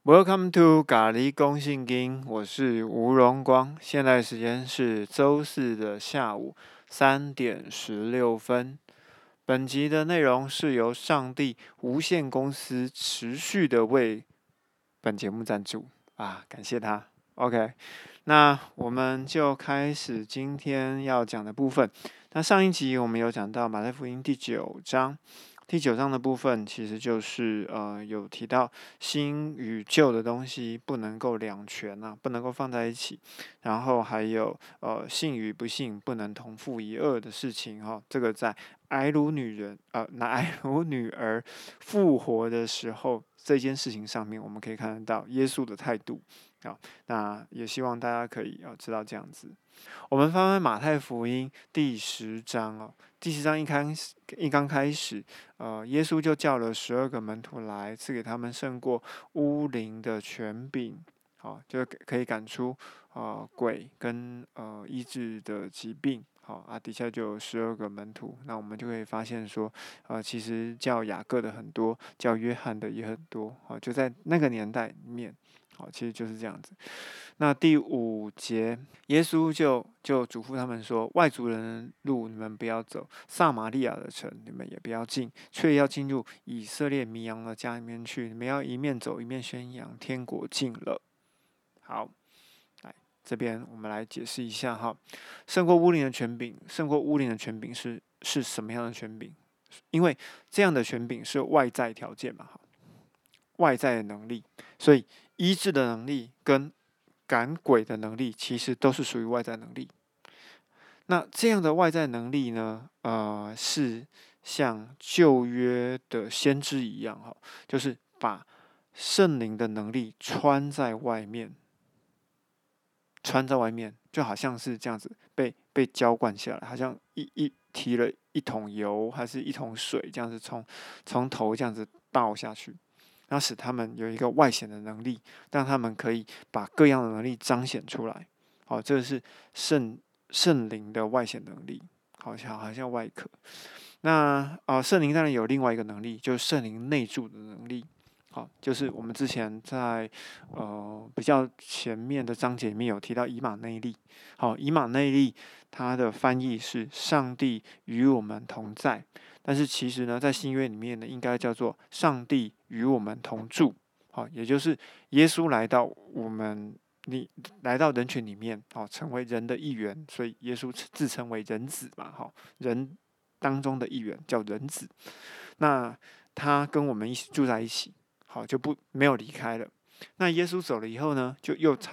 Welcome to 咖喱公信经，我是吴荣光，现在时间是周四的下午3:16。本集的内容是由上帝无限公司持续的为本节目赞助感谢他。OK，那我们就开始今天要讲的部分。那上一集我们有讲到马太福音第9章。第九章的部分其实就是有提到新与旧的东西不能够两全不能够放在一起，然后还有信与不信不能同父一轭的事情这个在埃鲁女儿复活的时候这件事情上面，我们可以看得到耶稣的态度那也希望大家可以知道这样子。我们翻翻马太福音第10章第10章一刚开始，耶稣就叫了12个门徒来，赐给他们胜过污灵的权柄，就可以赶出鬼跟医治的疾病。底下就有12个门徒，那我们就可以发现说，其实叫雅各的很多，叫约翰的也很多，就在那个年代里面，其实就是这样子。那第5节，耶稣就嘱咐他们说：外族人的路你们不要走，撒玛利亚的城你们也不要进，却要进入以色列迷羊的家里面去。你们要一面走一面宣扬，天国近了。好，来这边我们来解释一下胜过污灵的权柄，胜过污灵的权柄是什么样的权柄？因为这样的权柄是外在条件嘛，外在的能力，所以医治的能力跟赶鬼的能力其实都是属于外在能力。那这样的外在能力呢，是像旧约的先知一样就是把圣灵的能力穿在外面，就好像是这样子被浇灌下来，好像提了一桶油还是一桶水这样子从头这样子倒下去。然后使他们有一个外显的能力，让他们可以把各样的能力彰显出来。这个是圣灵的外显能力，好像外壳。那圣灵当然有另外一个能力，就是圣灵内住的能力。就是我们之前在比较前面的章节里面有提到以马内利。以马内利它的翻译是上帝与我们同在，但是其实呢，在新约里面呢，应该叫做上帝与我们同住。也就是耶稣来到人群里面，成为人的一员，所以耶稣自称为人子嘛，人当中的一员叫人子。那他跟我们一起住在一起，就没有离开了。那耶稣走了以后呢，就又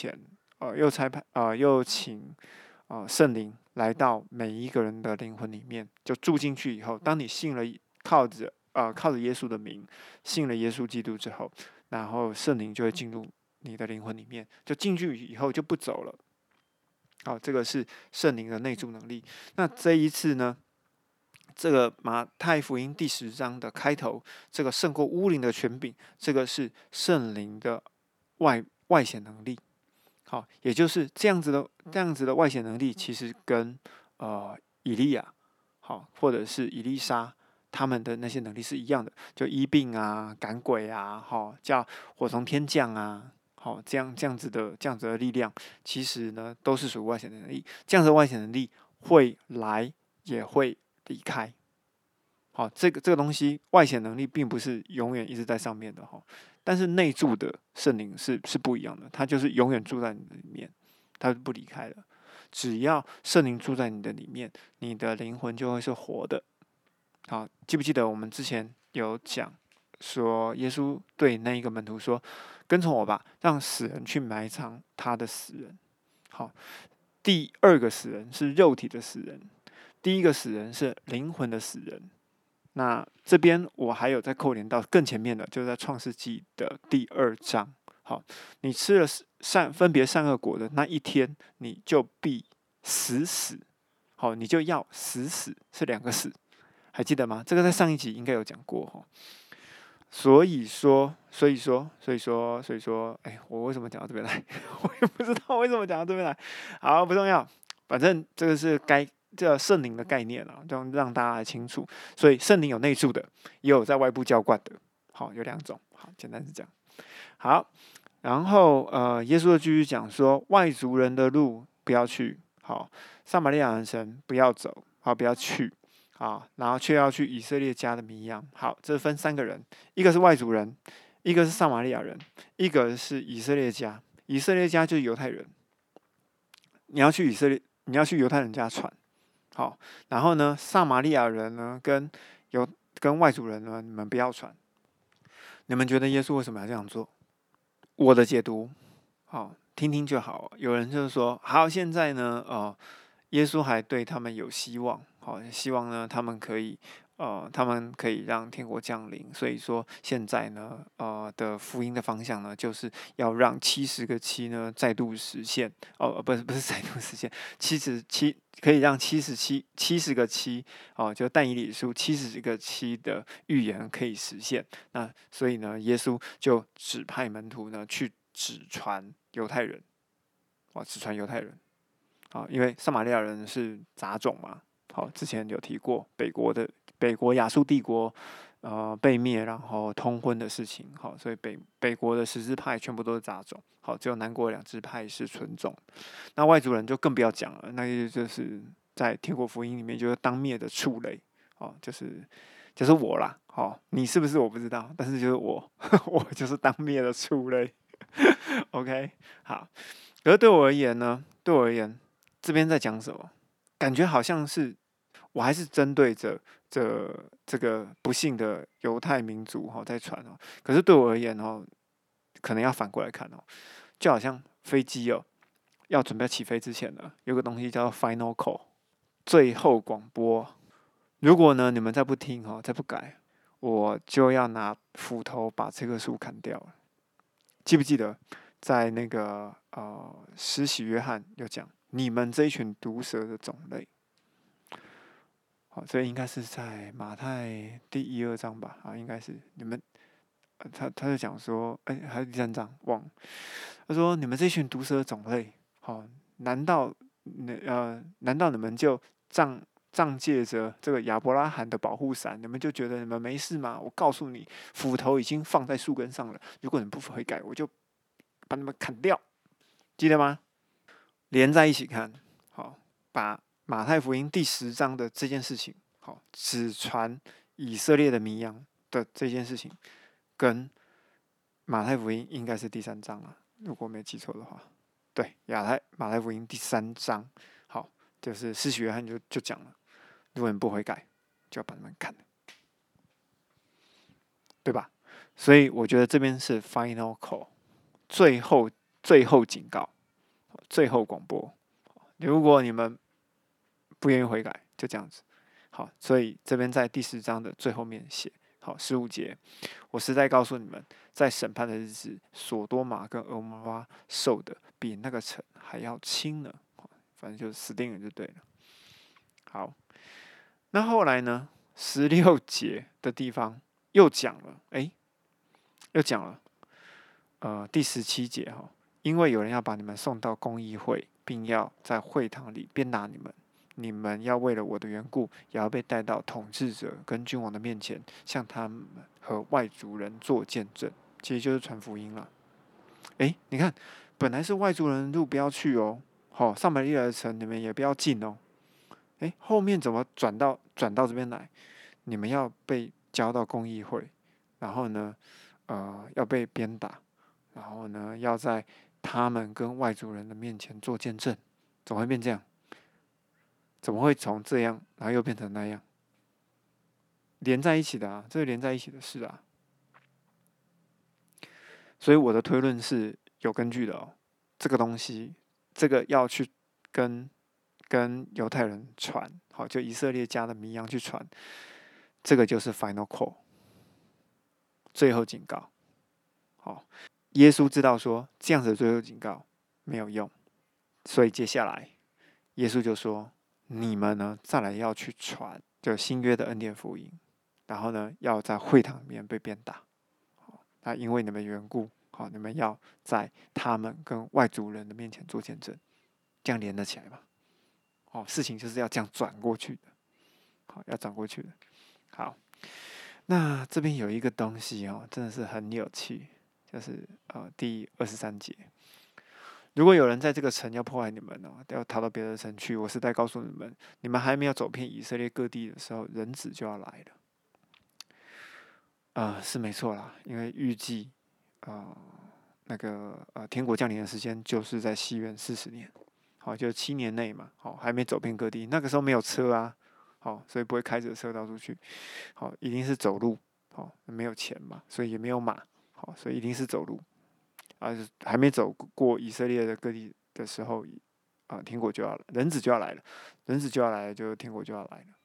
请圣灵来到每一个人的灵魂里面，就住进去以后，当你信了靠着耶稣的名，信了耶稣基督之后，然后圣灵就会进入你的灵魂里面，就进去以后就不走了。这个是圣灵的内住能力。那这一次呢，这个马太福音第10章的开头，这个胜过污灵的权柄，这个是圣灵的外显能力。也就是这样子的外显能力，其实跟以利亚或者是以利沙他们的那些能力是一样的，就医病赶鬼叫火从天降这样子的力量，其实呢都是属于外显的能力。这样子的外显能力会来也会离开。这个东西外显能力并不是永远一直在上面的但是内住的圣灵是不一样的，它就是永远住在你的里面，它不离开了。只要圣灵住在你的里面，你的灵魂就会是活的。记不记得我们之前有讲说，耶稣对那一个门徒说：“跟从我吧，让死人去埋藏他的死人。”第二个死人是肉体的死人，第一个死人是灵魂的死人。那这边我还有再扣连到更前面的，就是在创世纪的第2章。你吃了分别善恶果的那一天，你就必死。你就要死，是2个死，还记得吗？这个在上一集应该有讲过所以说，我为什么讲到这边来？我也不知道为什么讲到这边来。好，不重要，反正这个是这圣灵的概念让大家清楚。所以圣灵有内住的，也有在外部浇灌的。 好，有2种。好，简单是这样。好，然后耶稣就继续讲说，外族人的路不要去，好，撒玛利亚人城不要走，好，不要去，好，然后却要去以色列家的迷羊。好，这分3个人，一个是外族人，一个是撒玛利亚人，一个是以色列家。以色列家就是犹太人，你要去以色列，你要去犹太人家传。好，然后呢，撒玛利亚人呢有跟外族人呢，你们不要传。你们觉得耶稣为什么要这样做？我的解读，好，听听就好。有人就是说，好，现在呢，耶稣还对他们有希望，好，希望呢他们可以让天国降临。所以说现在呢，的福音的方向呢，就是要让70个7呢再度实现。不是再度实现，77可以让70个7，就但以理书70个7的预言可以实现。那所以呢，耶稣就指派门徒呢去指传犹太人，指传犹太人。好，因为撒玛利亚人是杂种嘛。好，之前有提过北国亚述帝国被灭，然后通婚的事情。好，所以北国的10支派全部都是杂种。好，只有南国2支派是纯种。那外族人就更不要讲了，那就是在天国福音里面就是当灭的畜类。哦，就是我啦。好，你是不是我不知道，但是就是我，我就是当灭的畜类。OK， 好。可是对我而言呢，这边在讲什么？感觉好像是我还是针对着这个不幸的犹太民族在传哦。可是对我而言可能要反过来看就好像飞机要准备起飞之前呢，有个东西叫做 final call， 最后广播。如果呢你们再不听再不改，我就要拿斧头把这棵树砍掉了。记不记得在那个施洗约翰有讲，你们这一群毒蛇的种类。好，这应该是在马太第1、2章吧？应该是你们，他就讲说，还是第3章忘了。他说你们这群毒蛇的种类，好，难道你们就仗借着这个亚伯拉罕的保护伞，你们就觉得你们没事吗？我告诉你，斧头已经放在树根上了，如果你不悔改，我就把你们砍掉，记得吗？连在一起看，好，把马太福音第10章的这件事情，好，只传以色列的迷羊的这件事情，跟马太福音应该是第3章啊，如果没记错的话，对，马太福音第3章，好，就是施洗约翰就讲了，如果你不悔改，就要把你们砍了，对吧？所以我觉得这边是 final call， 最后警告，最后广播。如果你们不愿意悔改，就这样子。好，所以这边在第10章的最后面写，好15节，我实在告诉你们，在审判的日子，所多玛跟蛾摩拉受的比那个城还要轻呢。反正就是死定了就对了。好，那后来呢？16节的地方又讲了，第17节因为有人要把你们送到公议会，并要在会堂里鞭打你们。你们要为了我的缘故，也要被带到统治者跟君王的面前，向他们和外族人做见证。其实就是传福音了。你看，本来是外族人的路不要去哦，撒玛利亚的城你们也不要进哦。后面怎么转到这边来？你们要被交到公议会，然后呢，要被鞭打，然后呢，要在他们跟外族人的面前做见证。怎么会变这样？怎么会从这样，然后又变成那样？连在一起的啊，这是连在一起的事啊。所以我的推论是有根据的哦。这个东西，这个要去跟犹太人传，好，就以色列家的迷羊去传，这个就是 final call， 最后警告。好，耶稣知道说这样子的最后警告没有用，所以接下来耶稣就说：你们呢，再来要去传，就新约的恩典福音，然后呢，要在会堂里面被鞭打。那因为你们的缘故，好，你们要在他们跟外族人的面前做见证，这样连得起来嘛？事情就是要这样转过去的，好，要转过去的。好， 那这边有一个东西哦，真的是很有趣，就是第23节，如果有人在这个城要破坏你们哦，要逃到别的城去，我是在告诉你们，你们还没有走遍以色列各地的时候，人子就要来了。是没错啦，因为预计那个天国降临的时间就是在西元40年，好，就7年内嘛，好，还没走遍各地，那个时候没有车啊，好，所以不会开着车到处去，好，一定是走路，好，没有钱嘛，所以也没有马，好，所以一定是走路，还没走过以色列的各地的时候，天国就要了，人子就要来了，人子就要来了，就天国就要来了。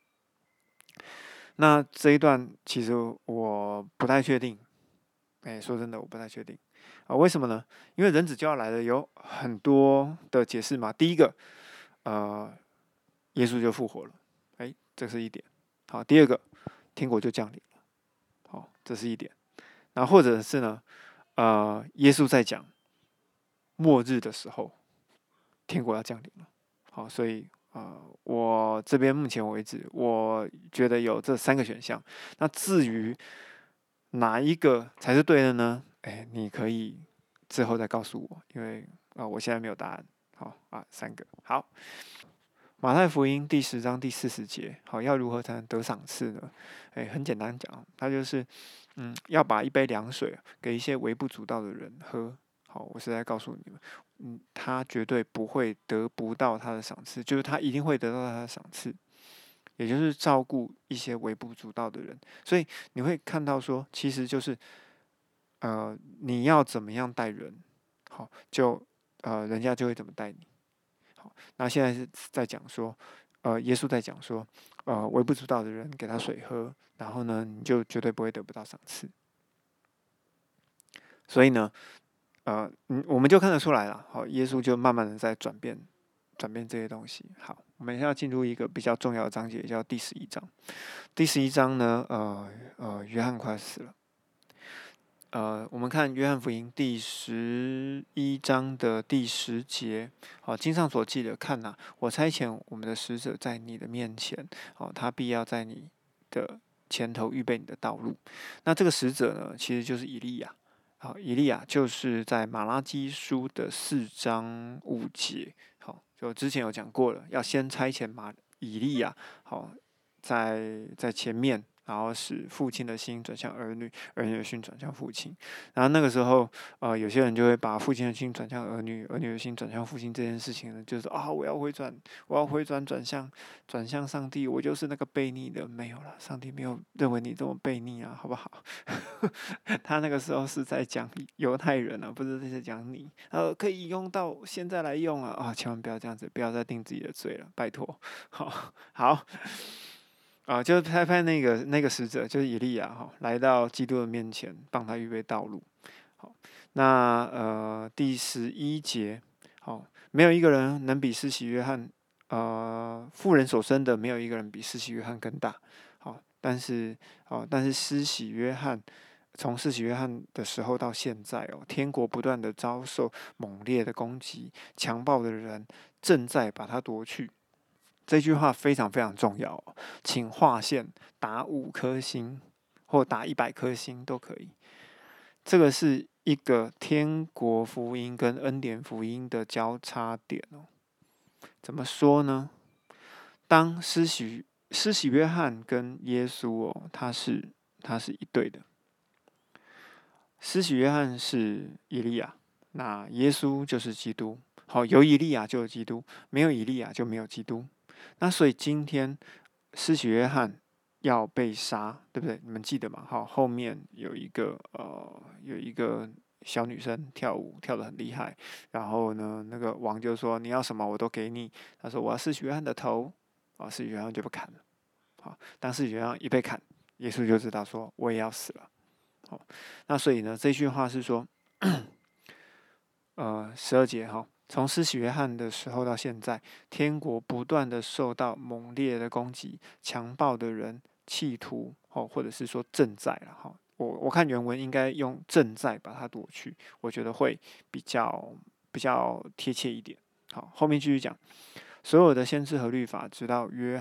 那这一段其实我不太确定，说真的，我不太确定为什么呢？因为人子就要来了，有很多的解释嘛。第一个，耶稣就复活了，这是一点。好，第二个，天国就降临了，好，这是一点。那或者是呢，耶稣在讲末日的时候，天国要降临了。好，所以我这边目前为止，我觉得有这3个选项。那至于哪一个才是对的呢？你可以之后再告诉我，因为我现在没有答案。好3个。好，马太福音第10章第40节，好，要如何才能得赏赐呢？很简单讲，它就是要把一杯凉水给一些微不足道的人喝。好，我是在告诉你们，他绝对不会得不到他的赏赐，就是他一定会得到他的赏赐，也就是照顾一些微不足道的人。所以你会看到说，其实就是你要怎么样待人，好，就人家就会怎么待你。好，那现在是在讲说，耶稣在讲说，微不足道的人给他水喝，然后呢，你就绝对不会得不到赏赐。所以呢，我们就看得出来了，好，耶稣就慢慢的在转变这些东西。好，我们现在要进入一个比较重要的章节，叫第11章。第11章呢，约翰快死了。我们看约翰福音第11章的第10节，好，经上所记的，看哪，我差遣我们的使者在你的面前，他必要在你的前头预备你的道路。那这个使者呢，其实就是以利亚。好，以利亚就是在马拉基书的4章5节，好，就之前有讲过了，要先差遣以利亚，好，在前面。然后使父亲的心转向儿女，儿女的心转向父亲。然后那个时候，有些人就会把父亲的心转向儿女，儿女的心转向父亲这件事情呢，就是我要回转转向上帝，我就是那个悖逆的，没有了，上帝没有认为你这么悖逆啊，好不好？他那个时候是在讲犹太人啊，不是在讲你，可以用到现在来用千万不要这样子，不要再定自己的罪了，拜托。好。就是拍那个使者，就是以利亚来到基督的面前，帮他预备道路。好，那第11节，好，没有一个人能比施洗约翰，妇人所生的没有一个人比施洗约翰更大。好，但是施洗约翰从施洗约翰的时候到现在天国不断的遭受猛烈的攻击，强暴的人正在把他夺去。这句话非常非常重要请划线打5颗星，或打100颗星都可以。这个是一个天国福音跟恩典福音的交叉点怎么说呢？当施洗约翰跟耶稣他是一对的。施洗约翰是以利亚，那耶稣就是基督。好，有以利亚就有基督，没有以利亚就没有基督。那所以今天施洗约翰要被杀，对不对？你们记得吗？好，后面有一个小女生跳舞跳得很厉害，然后呢，那个王就说你要什么我都给你。他说我要施洗约翰的头，施洗约翰就被砍了。好，当施洗约翰一被砍，耶稣就知道说我也要死了。好，那所以呢，这句话是说，12节从施洗约翰的时候到现在，天国不断的受到猛烈的攻击，强暴的人企图或者是说正在了我看原文应该用正在把它夺去，我觉得会比较贴切一点。好，后面继续讲，所有的先知和律法，直到约翰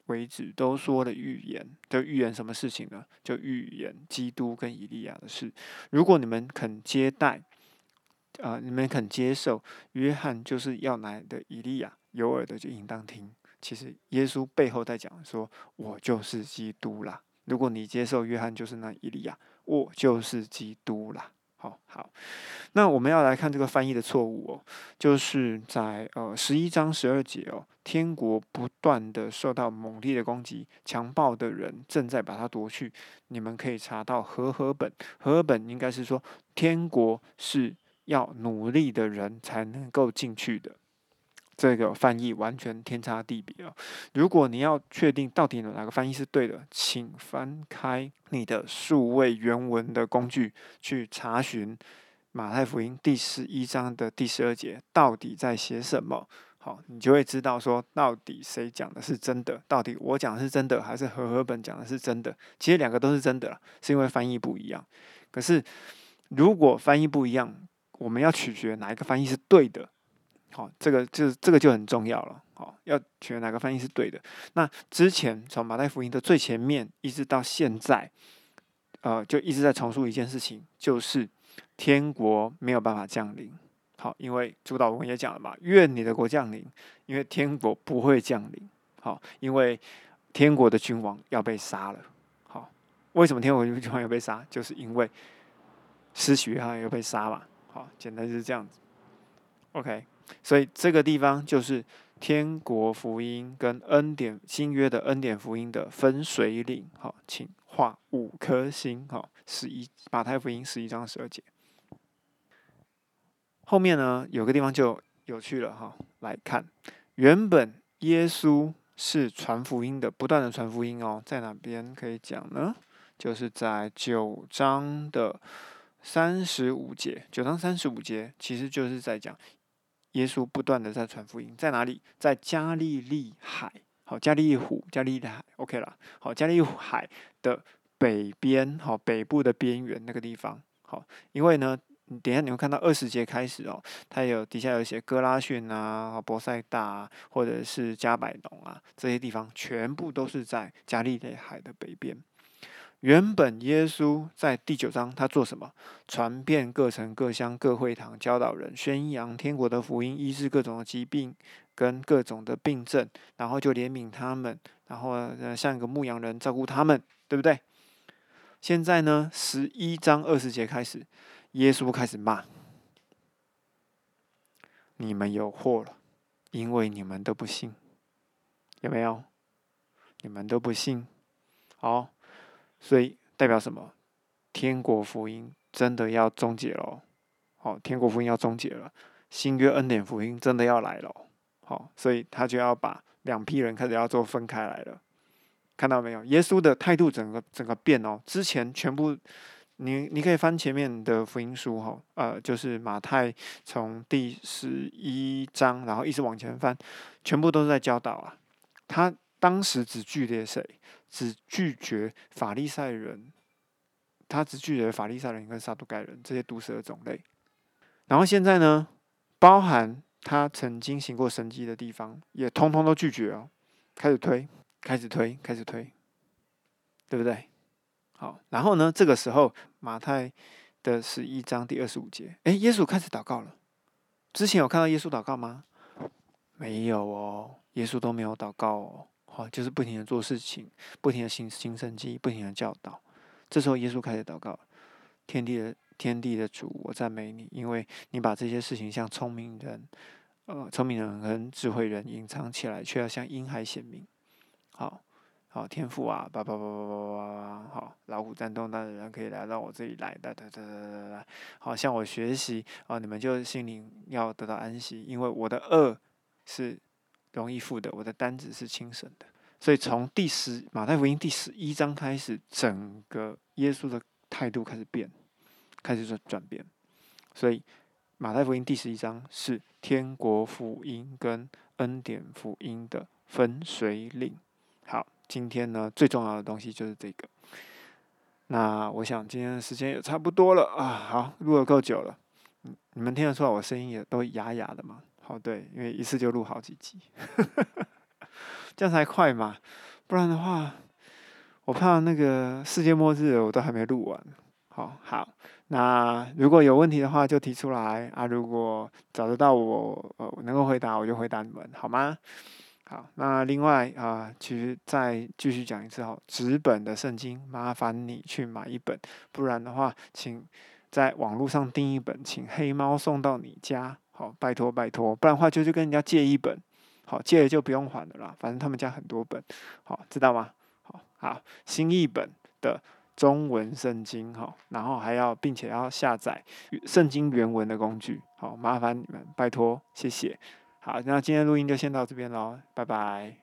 为止都说了预言，就预言什么事情呢？就预言基督跟以利亚的事。如果你们肯接待，你们肯接受，约翰就是要来的以利亚，有耳的就应当听。其实耶稣背后在讲说，我就是基督啦。如果你接受约翰就是那以利亚，我就是基督啦。好，那我们要来看这个翻译的错误哦，就是在11章12节哦，天国不断的受到猛烈的攻击，强暴的人正在把它夺去。你们可以查到和合本，和合本应该是说天国是要努力的人才能够进去的。这个翻译完全天差地别哦。如果你要确定到底哪个翻译是对的，请翻开你的数位原文的工具去查询马太福音第11章的第12节到底在写什么。好，你就会知道说到底谁讲的是真的，到底我讲的是真的，还是和合本讲的是真的。其实两个都是真的啦，是因为翻译不一样。可是如果翻译不一样，我们要取决哪一个翻译是对的。好，这个就很重要了。好，要选哪个翻译是对的。那之前从马太福音的最前面一直到现在，就一直在重述一件事情，就是天国没有办法降临。好，因为主导文也讲了嘛，愿你的国降临，因为天国不会降临。好，因为天国的君王要被杀了。好，为什么天国的君王要被杀？就是因为施洗约翰要被杀嘛。好，简单就是这样子。OK。所以这个地方就是天国福音跟恩典新约的恩典福音的分水岭。好，请画5颗星。好马太福音11章12节。后面呢有个地方就有趣了哈，来看原本耶稣是传福音的，不断的传福音哦，在哪边可以讲呢？就是在9章的35节，9章35节其实就是在讲。耶稣不断的在传福音，在哪里？在加利利海，好，加利利湖、加利利海 ，OK 啦。好，加利利海的北边，好，北部的边缘那个地方，好，因为呢，等一下你会看到20节开始哦，它底下有写哥拉汛啊、伯赛大啊，或者是加百农啊，这些地方全部都是在加利利海的北边。原本耶稣在第9章他做什么？传遍各城各乡各会堂，教导人，宣扬天国的福音，医治各种的疾病跟各种的病症，然后就怜悯他们，然后像一个牧羊人照顾他们，对不对？现在呢，11章20节开始，耶稣开始骂：你们有祸了，因为你们都不信。有没有？你们都不信。好。所以代表什么？天国福音真的要终结了。好，天国福音要终结了，新约恩典福音真的要来了。好，所以他就要把两批人开始要做分开来了。看到没有？耶稣的态度整个变哦。之前全部你可以翻前面的福音书哈，就是马太从第11章，然后一直往前翻，全部都是在教导啊。他当时只拒绝谁？只拒绝法利赛人，他只拒绝法利赛人跟撒都该人这些毒蛇的种类。然后现在呢，包含他曾经行过神迹的地方，也通通都拒绝哦，开始推，对不对？好，然后呢，这个时候马太的11章第25节，耶稣开始祷告了。之前有看到耶稣祷告吗？没有哦，耶稣都没有祷告哦。好，就是不停的做事情，不停的行神迹，不停的教导。这时候耶稣开始祷告：天地的主，我赞美你，因为你把这些事情像聪明人跟智慧人隐藏起来，却要向婴孩显明。好，天父啊，好，老虎战斗大的人可以来到我这里来，好，向我学习啊，你们就心灵要得到安息，因为我的恶是容易负的，我的担子是轻省的。所以从马太福音第11章开始，整个耶稣的态度开始变，开始转变。所以马太福音第11章是天国福音跟恩典福音的分水岭。好，今天呢最重要的东西就是这个。那我想今天的时间也差不多了啊，好，录了够久了。你们听得出来我声音也都哑哑的吗？好，对，因为一次就录好几集，这样才快嘛。 不然的话，我怕那个世界末日了我都还没录完。好，那如果有问题的话就提出来啊，如果找得到我能够回答，我就回答你们，好吗？好，那另外其实再继续讲一次纸本的圣经，麻烦你去买一本，不然的话，请在网络上订一本，请黑猫送到你家，好，拜托拜托，不然的话就去跟人家借一本，好，借了就不用还了啦，反正他们家很多本，好，知道吗？好，新译本的中文圣经，然后并且要下载圣经原文的工具，好，麻烦你们，拜托，谢谢。好，那今天录音就先到这边喽，拜拜。